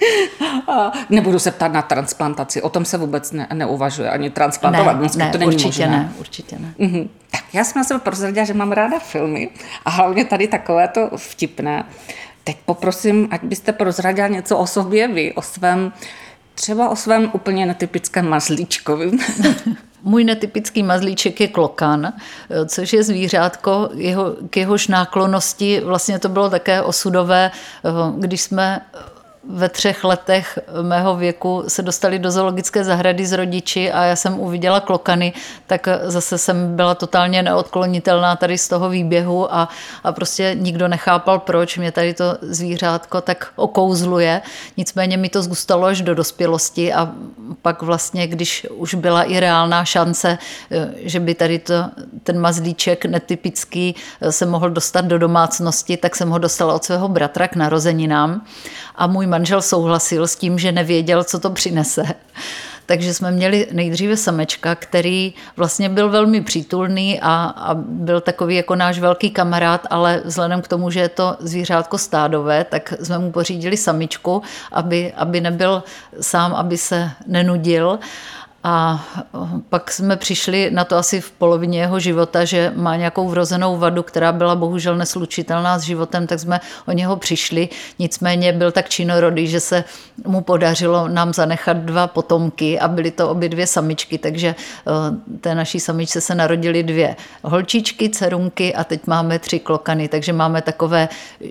Nebudu se ptát na transplantaci, o tom se vůbec neuvažuje, ani transplantovat mozky, to není možné. Určitě ne. Tak já jsem na sebe prozradila, že mám ráda filmy a hlavně tady takové to vtipné. Teď poprosím, ať byste prozradila něco o sobě vy, třeba o svém úplně netypickém mazlíčkovi. Můj netypický mazlíček je klokan, což je zvířátko, k jehož náklonnosti vlastně to bylo také osudové, když jsme ve 3 letech mého věku se dostali do zoologické zahrady s rodiči a já jsem uviděla klokany, tak zase jsem byla totálně neodklonitelná tady z toho výběhu a prostě nikdo nechápal, proč mě tady to zvířátko tak okouzluje. Nicméně mi to zůstalo až do dospělosti a pak vlastně, když už byla i reálná šance, že by tady ten mazlíček netypický se mohl dostat do domácnosti, tak jsem ho dostala od svého bratra k narozeninám a můj manžel souhlasil s tím, že nevěděl, co to přinese. Takže jsme měli nejdříve samečka, který vlastně byl velmi přítulný a byl takový jako náš velký kamarád, ale vzhledem k tomu, že je to zvířátko stádové, tak jsme mu pořídili samičku, aby nebyl sám, aby se nenudil. A pak jsme přišli na to asi v polovině jeho života, že má nějakou vrozenou vadu, která byla bohužel neslučitelná s životem, tak jsme o něho přišli. Nicméně byl tak činorodý, že se mu podařilo nám zanechat 2 potomky a byly to obě 2 samičky, takže té naší samičce se narodily 2 holčičky, dcerunky a teď máme 3 klokany, takže máme takové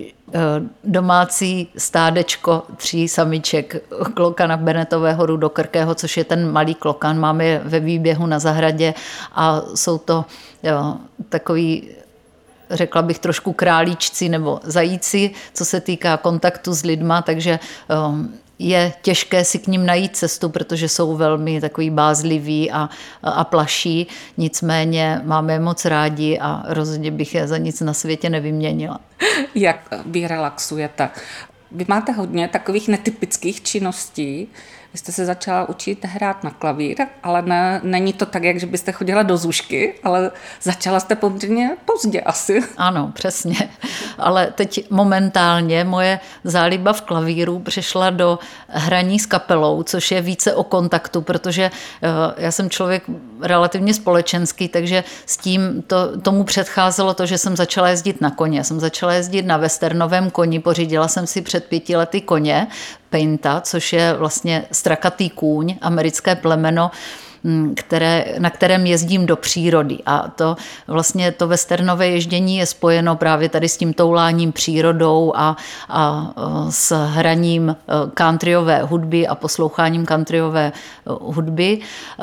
domácí stádečko 3 samiček klokana Bennetového rudokrkého, což je ten malý klokan. Máme je ve výběhu na zahradě a jsou to takový, řekla bych, trošku králíčci nebo zajíci, co se týká kontaktu s lidma, takže je těžké si k ním najít cestu, protože jsou velmi takový bázliví a plaší. Nicméně máme je moc rádi a rozhodně bych je za nic na světě nevyměnila. Jak vy relaxujete? Vy máte hodně takových netypických činností. Vy jste se začala učit hrát na klavír, ale není to tak, jak že byste chodila do zušky, ale začala jste poměrně pozdě asi. Ano, přesně. Ale teď momentálně moje záliba v klavíru přešla do hraní s kapelou, což je více o kontaktu, protože já jsem člověk relativně společenský, takže s tím tomu předcházelo to, že jsem začala jezdit na koně. Já jsem začala jezdit na westernovém koni, pořídila jsem si před 5 lety koně, Painta, což je vlastně strakatý kůň, americké plemeno, na kterém jezdím do přírody. A to westernové ježdění je spojeno právě tady s tím touláním přírodou a s hraním countryové hudby a posloucháním countryové hudby.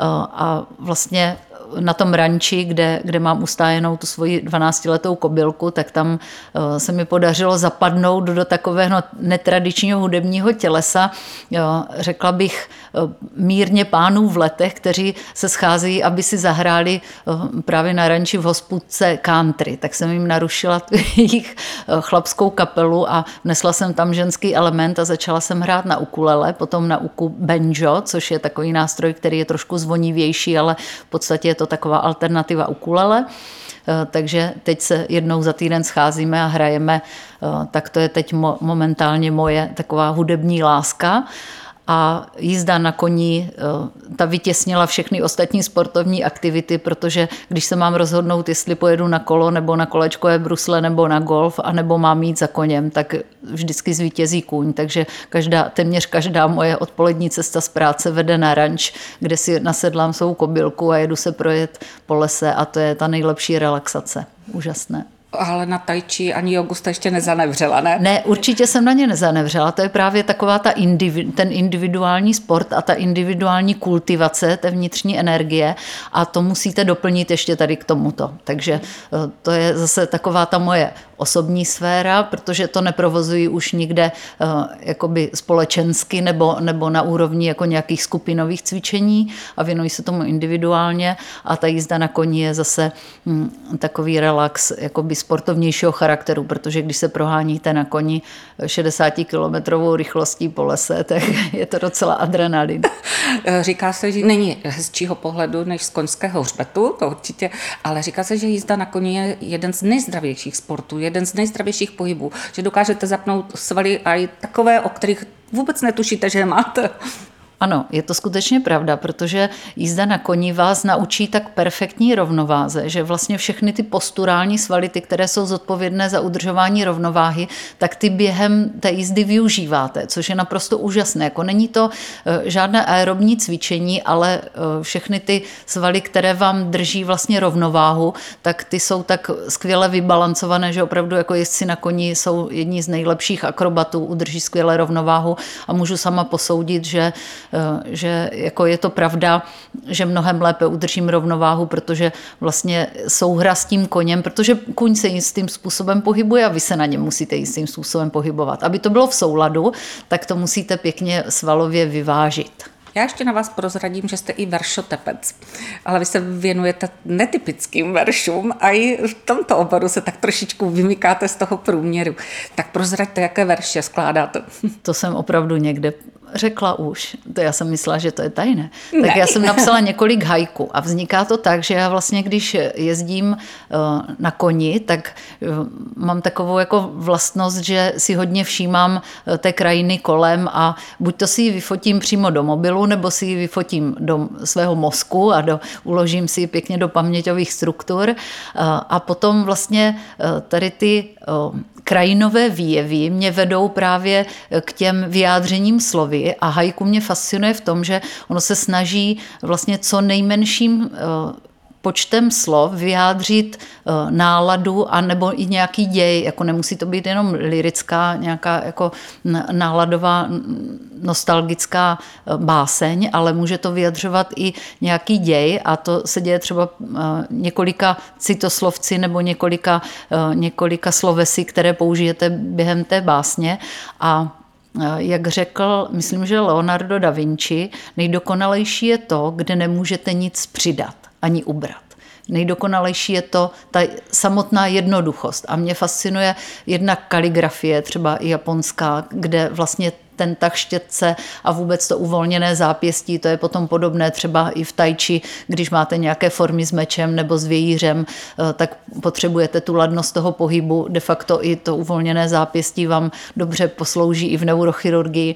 A vlastně na tom ranči, kde mám ustájenou tu svoji 12letou kobylku, tak tam se mi podařilo zapadnout do takového netradičního hudebního tělesa, řekla bych mírně pánů v letech, kteří se scházejí, aby si zahráli právě na ranči v hospůdce country. Tak jsem jim narušila jejich chlapskou kapelu a vnesla jsem tam ženský element a začala jsem hrát na ukulele, potom na banjo, což je takový nástroj, který je trošku zvonivější, ale v podstatě je to taková alternativa ukulele. Takže teď se jednou za týden scházíme a hrajeme. Tak to je teď momentálně moje taková hudební láska. A jízda na koni, ta vytěsnila všechny ostatní sportovní aktivity, protože když se mám rozhodnout, jestli pojedu na kolo nebo na kolečkové brusle nebo na golf, anebo mám jít za koněm, tak vždycky zvítězí kůň. Takže téměř každá moje odpolední cesta z práce vede na ranč, kde si nasedlám svou kobylku a jedu se projet po lese a to je ta nejlepší relaxace. Úžasné. Ale na tai chi ani jogu jste ještě nezanevřela, ne? Ne, určitě jsem na ně nezanevřela. To je právě taková ten individuální sport a ta individuální kultivace té vnitřní energie a to musíte doplnit ještě tady k tomuto. Takže to je zase taková ta moje osobní sféra, protože to neprovozuji už nikde jakoby společensky nebo na úrovni jako nějakých skupinových cvičení a věnuji se tomu individuálně a ta jízda na koni je zase takový relax jakoby sportovnějšího charakteru, protože když se proháníte na koni 60-kilometrovou rychlostí po lese, tak je to docela adrenalin. Říká se, že není hezčího pohledu než z koňského hřbetu, to určitě, ale říká se, že jízda na koni je jeden z nejzdravějších sportů, jeden z nejzdravějších pohybů, že dokážete zapnout svaly a i takové, o kterých vůbec netušíte, že je máte. Ano, je to skutečně pravda, protože jízda na koni vás naučí tak perfektní rovnováze, že vlastně všechny ty posturální svaly, ty, které jsou zodpovědné za udržování rovnováhy, tak ty během té jízdy využíváte, což je naprosto úžasné. Jako není to žádné aerobní cvičení, ale všechny ty svaly, které vám drží vlastně rovnováhu, tak ty jsou tak skvěle vybalancované, že opravdu jako jezdci na koni jsou jedni z nejlepších akrobatů, udrží skvěle rovnováhu a můžu sama posoudit, že jako je to pravda, že mnohem lépe udržím rovnováhu, protože vlastně souhra s tím koněm, protože kůň se jistým způsobem pohybuje a vy se na něm musíte jistým způsobem pohybovat. Aby to bylo v souladu, tak to musíte pěkně svalově vyvážit. Já ještě na vás prozradím, že jste i veršotepec, ale vy se věnujete netypickým veršům a i v tomto oboru se tak trošičku vymykáte z toho průměru. Tak prozraďte, jaké verše skládáte. To jsem opravdu někde řekla už. To já jsem myslela, že to je tajné. Tak já jsem napsala několik haiku a vzniká to tak, že já vlastně, když jezdím na koni, tak mám takovou jako vlastnost, že si hodně všímám té krajiny kolem a buď to si ji vyfotím přímo do mobilu, nebo si ji vyfotím do svého mozku a uložím si ji pěkně do paměťových struktur a potom vlastně tady ty krajinové výjevy mě vedou právě k těm vyjádřením slovy a haiku mě fascinuje v tom, že ono se snaží vlastně co nejmenším počtem slov vyjádřit náladu a nebo i nějaký děj, jako nemusí to být jenom lyrická, nějaká jako náladová nostalgická báseň, ale může to vyjadřovat i nějaký děj a to se děje třeba několika citoslovci nebo několika slovesy, které použijete během té básně a jak řekl, myslím, že Leonardo da Vinci, nejdokonalejší je to, kde nemůžete nic přidat ani ubrat. Nejdokonalejší je to ta samotná jednoduchost. A mě fascinuje jedna kaligrafie, třeba i japonská, kde vlastně ten tah štětce a vůbec to uvolněné zápěstí, to je potom podobné třeba i v tai chi, když máte nějaké formy s mečem nebo s vějířem, tak potřebujete tu ladnost toho pohybu, de facto i to uvolněné zápěstí vám dobře poslouží i v neurochirurgii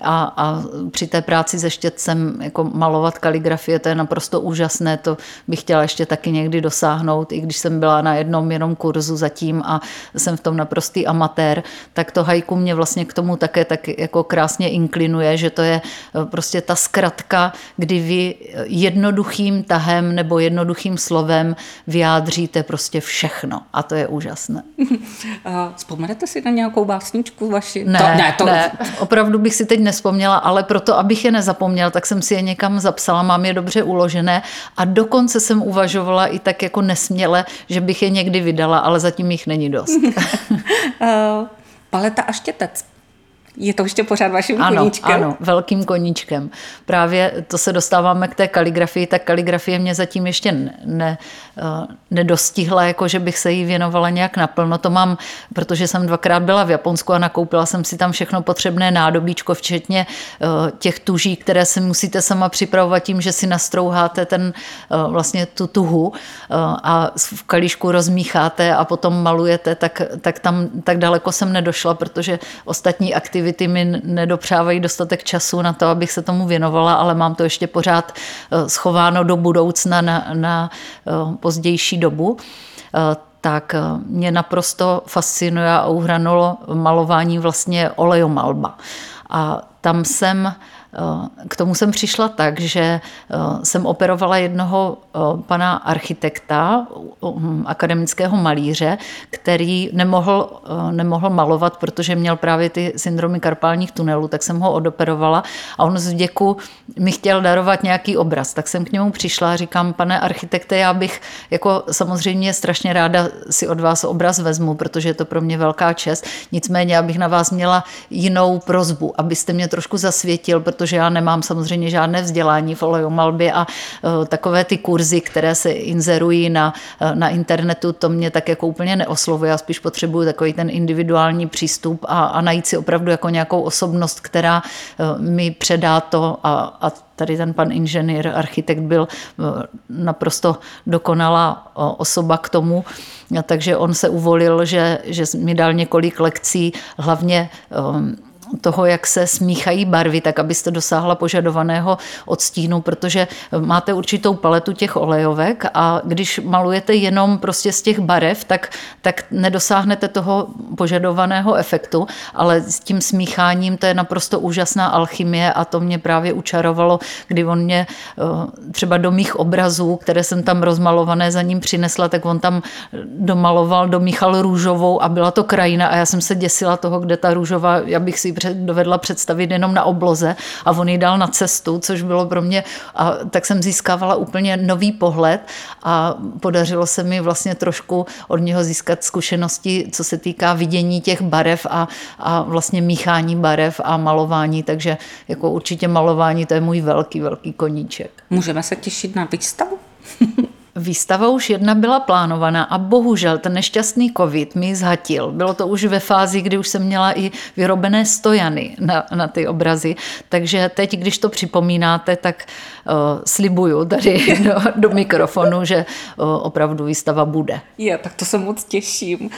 a při té práci se štětcem jako malovat kaligrafie, to je naprosto úžasné, to bych chtěla ještě taky někdy dosáhnout, i když jsem byla na jednom jenom kurzu zatím a jsem v tom naprostý amatér, tak to haiku mě vlastně k tomu také tak jako krásně inklinuje, že to je prostě ta zkratka, kdy vy jednoduchým tahem nebo jednoduchým slovem vyjádříte prostě všechno a to je úžasné. Vzpomenete si na nějakou básničku vaši? Ne, opravdu bych si teď nevzpomněla, ale proto, abych je nezapomněla, tak jsem si je někam zapsala, mám je dobře uložené a dokonce jsem uvažovala i tak jako nesměle, že bych je někdy vydala, ale zatím jich není dost. Paleta a štětec. Je to ještě pořád vaším koníčkem? Ano, velkým koníčkem. Právě to se dostáváme k té kaligrafii. Ta kaligrafie mě zatím ještě nedostihla, jako že bych se jí věnovala nějak naplno. To mám, protože jsem 2krát byla v Japonsku a nakoupila jsem si tam všechno potřebné nádobíčko, včetně těch tuží, které si musíte sama připravovat tím, že si nastrouháte vlastně tu tuhu a v kalíšku rozmícháte a potom malujete, tak tam tak daleko jsem nedošla, protože ostatní aktivity mi nedopřávají dostatek času na to, abych se tomu věnovala, ale mám to ještě pořád schováno do budoucna na pozdější dobu. Tak mě naprosto fascinuje a uhranulo malování vlastně olejomalba. A tam k tomu jsem přišla tak, že jsem operovala jednoho pana architekta, akademického malíře, který nemohl malovat, protože měl právě ty syndromy karpálních tunelů, tak jsem ho odoperovala a on z vděku mi chtěl darovat nějaký obraz. Tak jsem k němu přišla a říkám, pane architekte, já bych jako samozřejmě strašně ráda si od vás obraz vezmu, protože je to pro mě velká čest. Nicméně, abych na vás měla jinou prosbu, abyste mě trošku zasvětil, protože já nemám samozřejmě žádné vzdělání v olejomalbě a takové ty kurzy, které se inzerují na internetu, to mě tak jako úplně neoslovuje. Já spíš potřebuju takový ten individuální přístup a najít si opravdu jako nějakou osobnost, která mi předá to a tady ten pan inženýr, architekt byl naprosto dokonalá osoba k tomu, takže on se uvolil, že mi dal několik lekcí, hlavně toho, jak se smíchají barvy, tak abyste dosáhla požadovaného odstínu, protože máte určitou paletu těch olejovek a když malujete jenom prostě z těch barev, tak nedosáhnete toho požadovaného efektu, ale s tím smícháním to je naprosto úžasná alchymie a to mě právě učarovalo, kdy on mě třeba do mých obrazů, které jsem tam rozmalované za ním přinesla, tak on tam domíchal růžovou a byla to krajina a já jsem se děsila toho, kde ta růžová, já bych si dovedla představit jenom na obloze a on ji dal na cestu, což bylo pro mě, a tak jsem získávala úplně nový pohled a podařilo se mi vlastně trošku od něho získat zkušenosti, co se týká vidění těch barev a vlastně míchání barev a malování, takže jako určitě malování to je můj velký koníček. Můžeme se těšit na výstavu? Výstava už jedna byla plánovaná a bohužel ten nešťastný covid mi zhatil. Bylo to už ve fázi, kdy už jsem měla i vyrobené stojany na ty obrazy, takže teď, když to připomínáte, tak slibuju tady do mikrofonu, že opravdu výstava bude. Tak to se moc těším.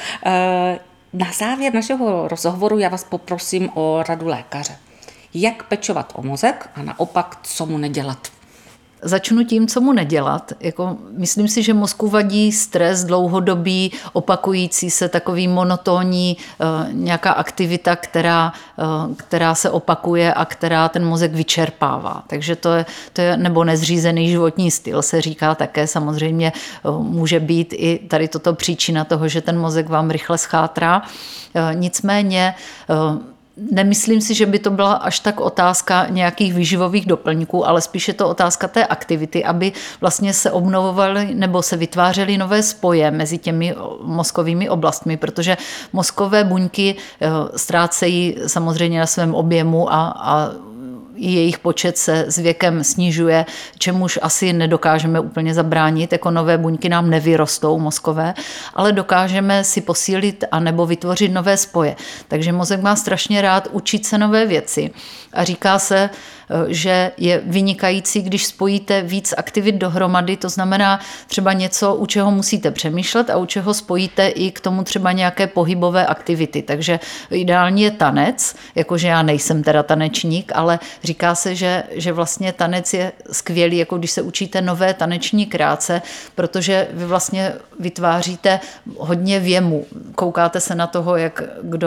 Na závěr našeho rozhovoru já vás poprosím o radu lékaře. Jak pečovat o mozek a naopak, co mu nedělat? Začnu tím, co mu nedělat. Myslím si, že mozku vadí stres dlouhodobý, opakující se takový monotónní nějaká aktivita, která se opakuje a která ten mozek vyčerpává. Takže to je nebo nezřízený životní styl se říká také. Samozřejmě může být i tady toto příčina toho, že ten mozek vám rychle schátrá. Nicméně nemyslím si, že by to byla až tak otázka nějakých výživových doplňků, ale spíš je to otázka té aktivity, aby vlastně se obnovovaly nebo se vytvářely nové spoje mezi těmi mozkovými oblastmi, protože mozkové buňky ztrácejí samozřejmě na svém objemu a jejich počet se s věkem snižuje, čemuž asi nedokážeme úplně zabránit, jako nové buňky nám nevyrostou mozkové, ale dokážeme si posílit anebo vytvořit nové spoje. Takže mozek má strašně rád učit se nové věci a říká se, že je vynikající, když spojíte víc aktivit dohromady, to znamená třeba něco, u čeho musíte přemýšlet a u čeho spojíte i k tomu třeba nějaké pohybové aktivity. Takže ideální je tanec, jakože já nejsem teda tanečník, ale říká se, že vlastně tanec je skvělý, jako když se učíte nové taneční kráce, protože vy vlastně vytváříte hodně věmu. Koukáte se na toho, jak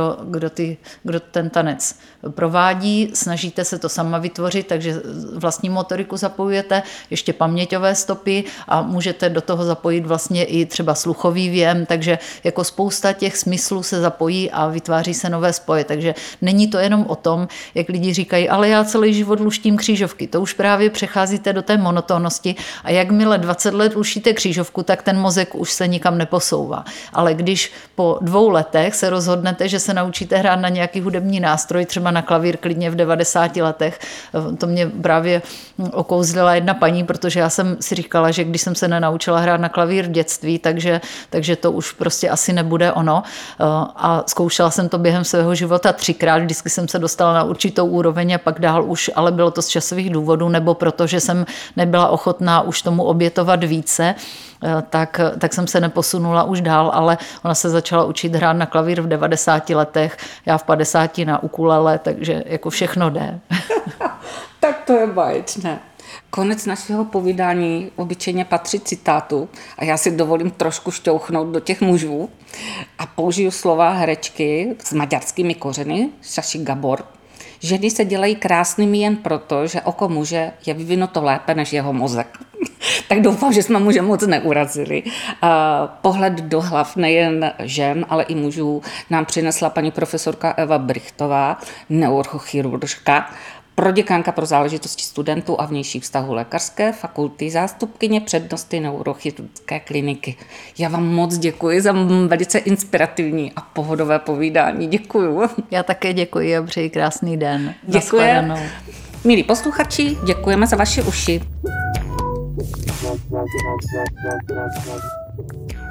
kdo ten tanec provádí, snažíte se to sama vytvořit, takže vlastní motoriku zapojujete, ještě paměťové stopy a můžete do toho zapojit vlastně i třeba sluchový věm, takže jako spousta těch smyslů se zapojí a vytváří se nové spoje. Takže není to jenom o tom, jak lidi říkají, ale já celý život luštím křížovky. To už právě přecházíte do té monotónnosti a jakmile 20 let luštíte křížovku, tak ten mozek už se nikam neposouvá. Ale když po 2 letech se rozhodnete, že se naučíte hrát na nějaký hudební nástroj, třeba na klavír klidně v 90 letech, to mě právě okouzlila jedna paní, protože já jsem si říkala, že když jsem se nenaučila hrát na klavír v dětství, takže to už prostě asi nebude ono. A zkoušela jsem to během svého života 3krát, vždycky jsem se dostala na určitou úroveň a pak dál už, ale bylo to z časových důvodů, nebo protože jsem nebyla ochotná už tomu obětovat více, tak jsem se neposunula už dál, ale ona se začala učit hrát na klavír v 90 letech, já v 50 na ukulele, takže jako všechno jde. Tak to je báječné. Konec našeho povídání obyčejně patří citátu a já si dovolím trošku šťouchnout do těch mužů a použiju slova herečky s maďarskými kořeny, Saši Gabor. Ženy se dělají krásnými jen proto, že oko muže je vyvinuto lépe než jeho mozek. Tak doufám, že jsme muže moc neurazili. Pohled do hlav nejen žen, ale i mužů nám přinesla paní profesorka Eva Brichtová, neurochiruržka, proděkanka pro záležitosti studentů a vnějších vztahů lékařské fakulty, zástupkyně přednosti neurochirurgické kliniky. Já vám moc děkuji za velice inspirativní a pohodové povídání. Děkuju. Já také děkuji a přeji krásný den. Děkuji. Milí posluchači, děkujeme za vaše uši.